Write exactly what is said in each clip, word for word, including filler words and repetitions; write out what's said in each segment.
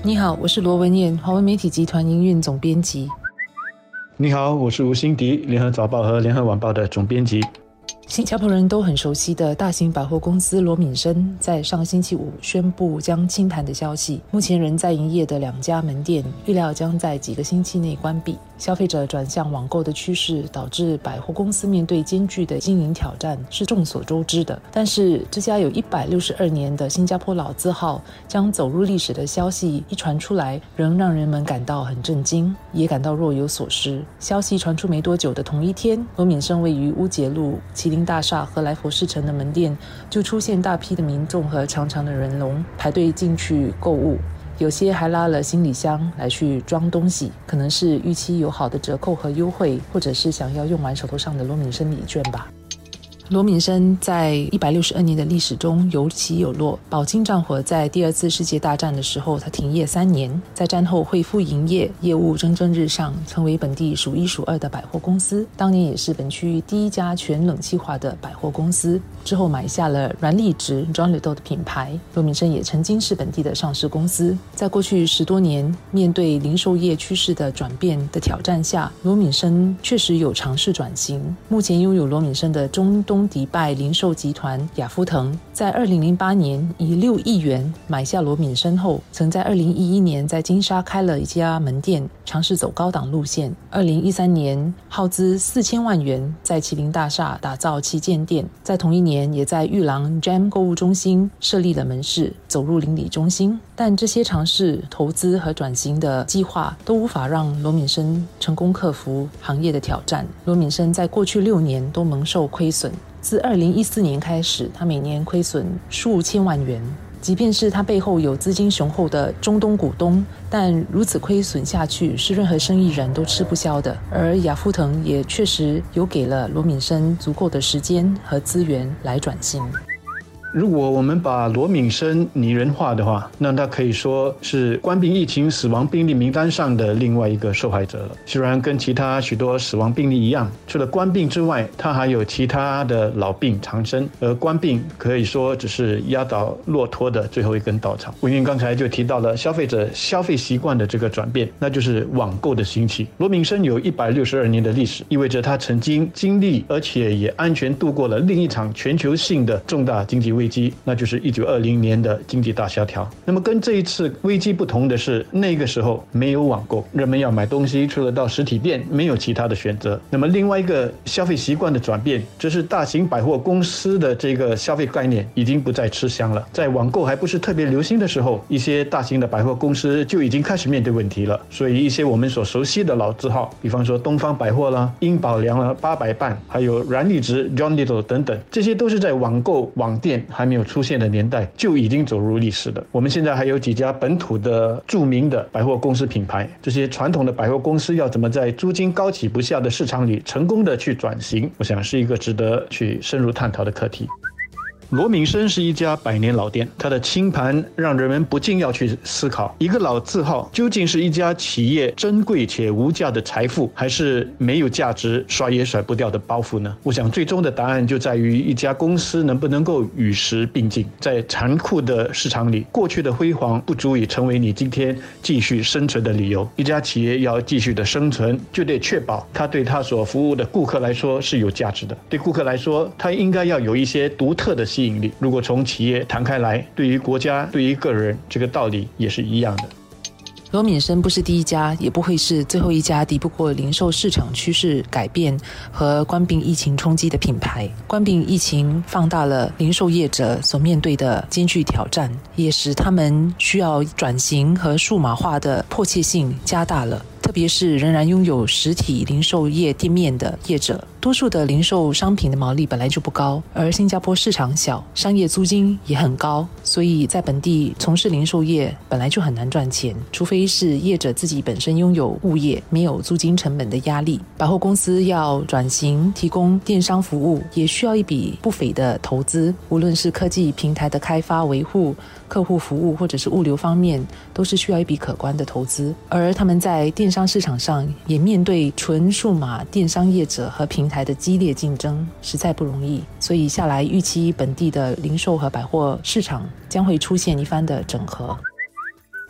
你好，我是罗文燕，华文媒体集团营运总编辑。 你好，我是吴欣迪，联合早报和联合晚报的总编辑。 新加坡人都很熟悉的大型百货公司罗敏生在上个星期五宣布将清盘的消息，目前仍在营业的两家门店预料将在几个星期内关闭。消费者转向网购的趋势导致百货公司面对艰巨的经营挑战是众所周知的，但是这家有一百六十二年的新加坡老字号将走入历史的消息一传出来，仍让人们感到很震惊，也感到若有所失。消息传出没多久的同一天，罗敏生位于乌节路麒麟大厦和来佛士城的门店就出现大批的民众和长长的人龙排队进去购物，有些还拉了行李箱来去装东西，可能是预期有好的折扣和优惠，或者是想要用完手头上的罗敏生礼券吧。罗敏生在一百六十二年的历史中有起有落，饱经战火，在第二次世界大战的时候他停业三年，在战后恢复营业，业务蒸蒸日上，成为本地数一数二的百货公司，当年也是本区域第一家全冷气化的百货公司。之后买下了软粒植 John Little 的品牌，罗敏生也曾经是本地的上市公司。在过去十多年面对零售业趋势的转变的挑战下，罗敏生确实有尝试转型。目前拥有罗敏生的中东迪拜零售集团雅夫腾在二零零八年以六亿元买下罗敏生后，曾在二零一一年在金沙开了一家门店，尝试走高档路线。二零一三年耗资四千万元在麒麟大厦打造旗舰店，在同一年也在玉郎 Jam 购物中心设立了门市，走入邻里中心。但这些尝试、投资和转型的计划都无法让罗敏生成功克服行业的挑战。罗敏生在过去六年都蒙受亏损，自二零一四年开始，他每年亏损数千万元。即便是他背后有资金雄厚的中东股东，但如此亏损下去是任何生意人都吃不消的。而雅夫腾也确实有给了罗敏生足够的时间和资源来转型。 如果我们把罗敏生拟人化的话，那他可以说是冠病疫情死亡病例名单上的另外一个受害者了。虽然跟其他许多死亡病例一样，除了冠病之外，他还有其他的老病缠身，而冠病可以说只是压倒骆驼的最后一根稻草。文燕刚才就提到了消费者消费习惯的这个转变，那就是网购的兴起。罗敏生有一百六十二年的历史，意味着他曾经经历而且也安全度过了另一场全球性的重大经济危机，那就是一九二零年的经济大萧条。那么跟这一次危机不同的是，那个时候没有网购，人们要买东西除了到实体店没有其他的选择。那么另外一个消费习惯的转变，这是大型百货公司的这个消费概念已经不再吃香了。在网购还不是特别流行的时候，一些大型的百货公司就已经开始面对问题了。所以一些我们所熟悉的老字号，比方说东方百货啦、英宝良啦、八百伴，还有软粒植 John Little 等等，这些都是在网购网店还没有出现的年代就已经走入历史了。我们现在还有几家本土的著名的百货公司品牌，这些传统的百货公司要怎么在租金高企不下的市场里成功的去转型，我想是一个值得去深入探讨的课题。罗敏生是一家百年老店，它的清盘让人们不禁要去思考，一个老字号究竟是一家企业珍贵且无价的财富，还是没有价值甩也甩不掉的包袱呢？我想最终的答案就在于一家公司能不能够与时并进。在残酷的市场里，过去的辉煌不足以成为你今天继续生存的理由。一家企业要继续的生存，就得确保它对它所服务的顾客来说是有价值的。对顾客来说，它应该要有一些独特的吸引力。如果从企业谈开来，对于国家、对于个人，这个道理也是一样的。 罗敏生不是第一家，也不会是最后一家敌不过零售市场趋势改变和冠病疫情冲击的品牌。冠病疫情放大了零售业者所面对的艰巨挑战，也使他们需要转型和数码化的迫切性加大了。特别是仍然拥有实体零售业店面的业者，多数的零售商品的毛利本来就不高，而新加坡市场小，商业租金也很高，所以在本地从事零售业本来就很难赚钱，除非是业者自己本身拥有物业，没有租金成本的压力。百货公司要转型提供电商服务，也需要一笔不菲的投资，无论是科技平台的开发、维护、客户服务或者是物流方面，都是需要一笔可观的投资。而他们在电商市场上也面对纯数码电商业者和平台的激烈竞争，实在不容易。所以下来预期本地的零售和百货市场将会出现一番的整合。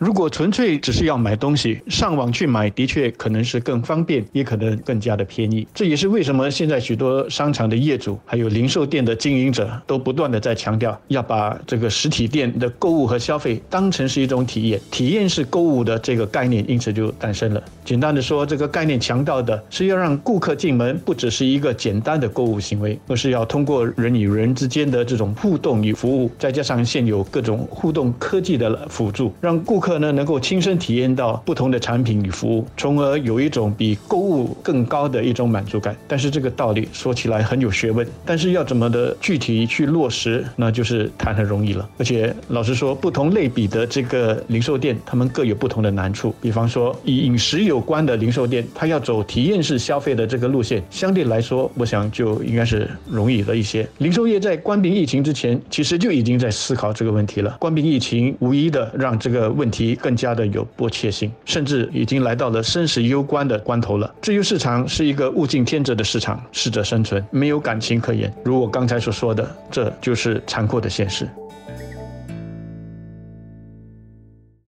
如果纯粹只是要买东西，上网去买的确可能是更方便，也可能更加的便宜。这也是为什么现在许多商场的业主还有零售店的经营者都不断的在强调，要把这个实体店的购物和消费当成是一种体验，体验是购物的这个概念因此就诞生了。简单的说，这个概念强调的是要让顾客进门不只是一个简单的购物行为，而是要通过人与人之间的这种互动与服务，再加上现有各种互动科技的辅助，让顾客呢能够亲身体验到不同的产品与服务，从而有一种比购物更高的一种满足感。但是这个道理说起来很有学问，但是要怎么的具体去落实，那就是谈很容易了。而且老实说，不同类比的这个零售店，他们各有不同的难处。比方说以饮食有关的零售店，它要走体验式消费的这个路线，相对来说我想就应该是容易了一些。零售业在关闭疫情之前其实就已经在思考这个问题了，关闭疫情无疑的让这个问题更加的有迫切性，甚至已经来到了生死攸关的关头了。自由市场是一个物竞天择的市场，适者生存，没有感情可言。如我刚才所说的，这就是残酷的现实。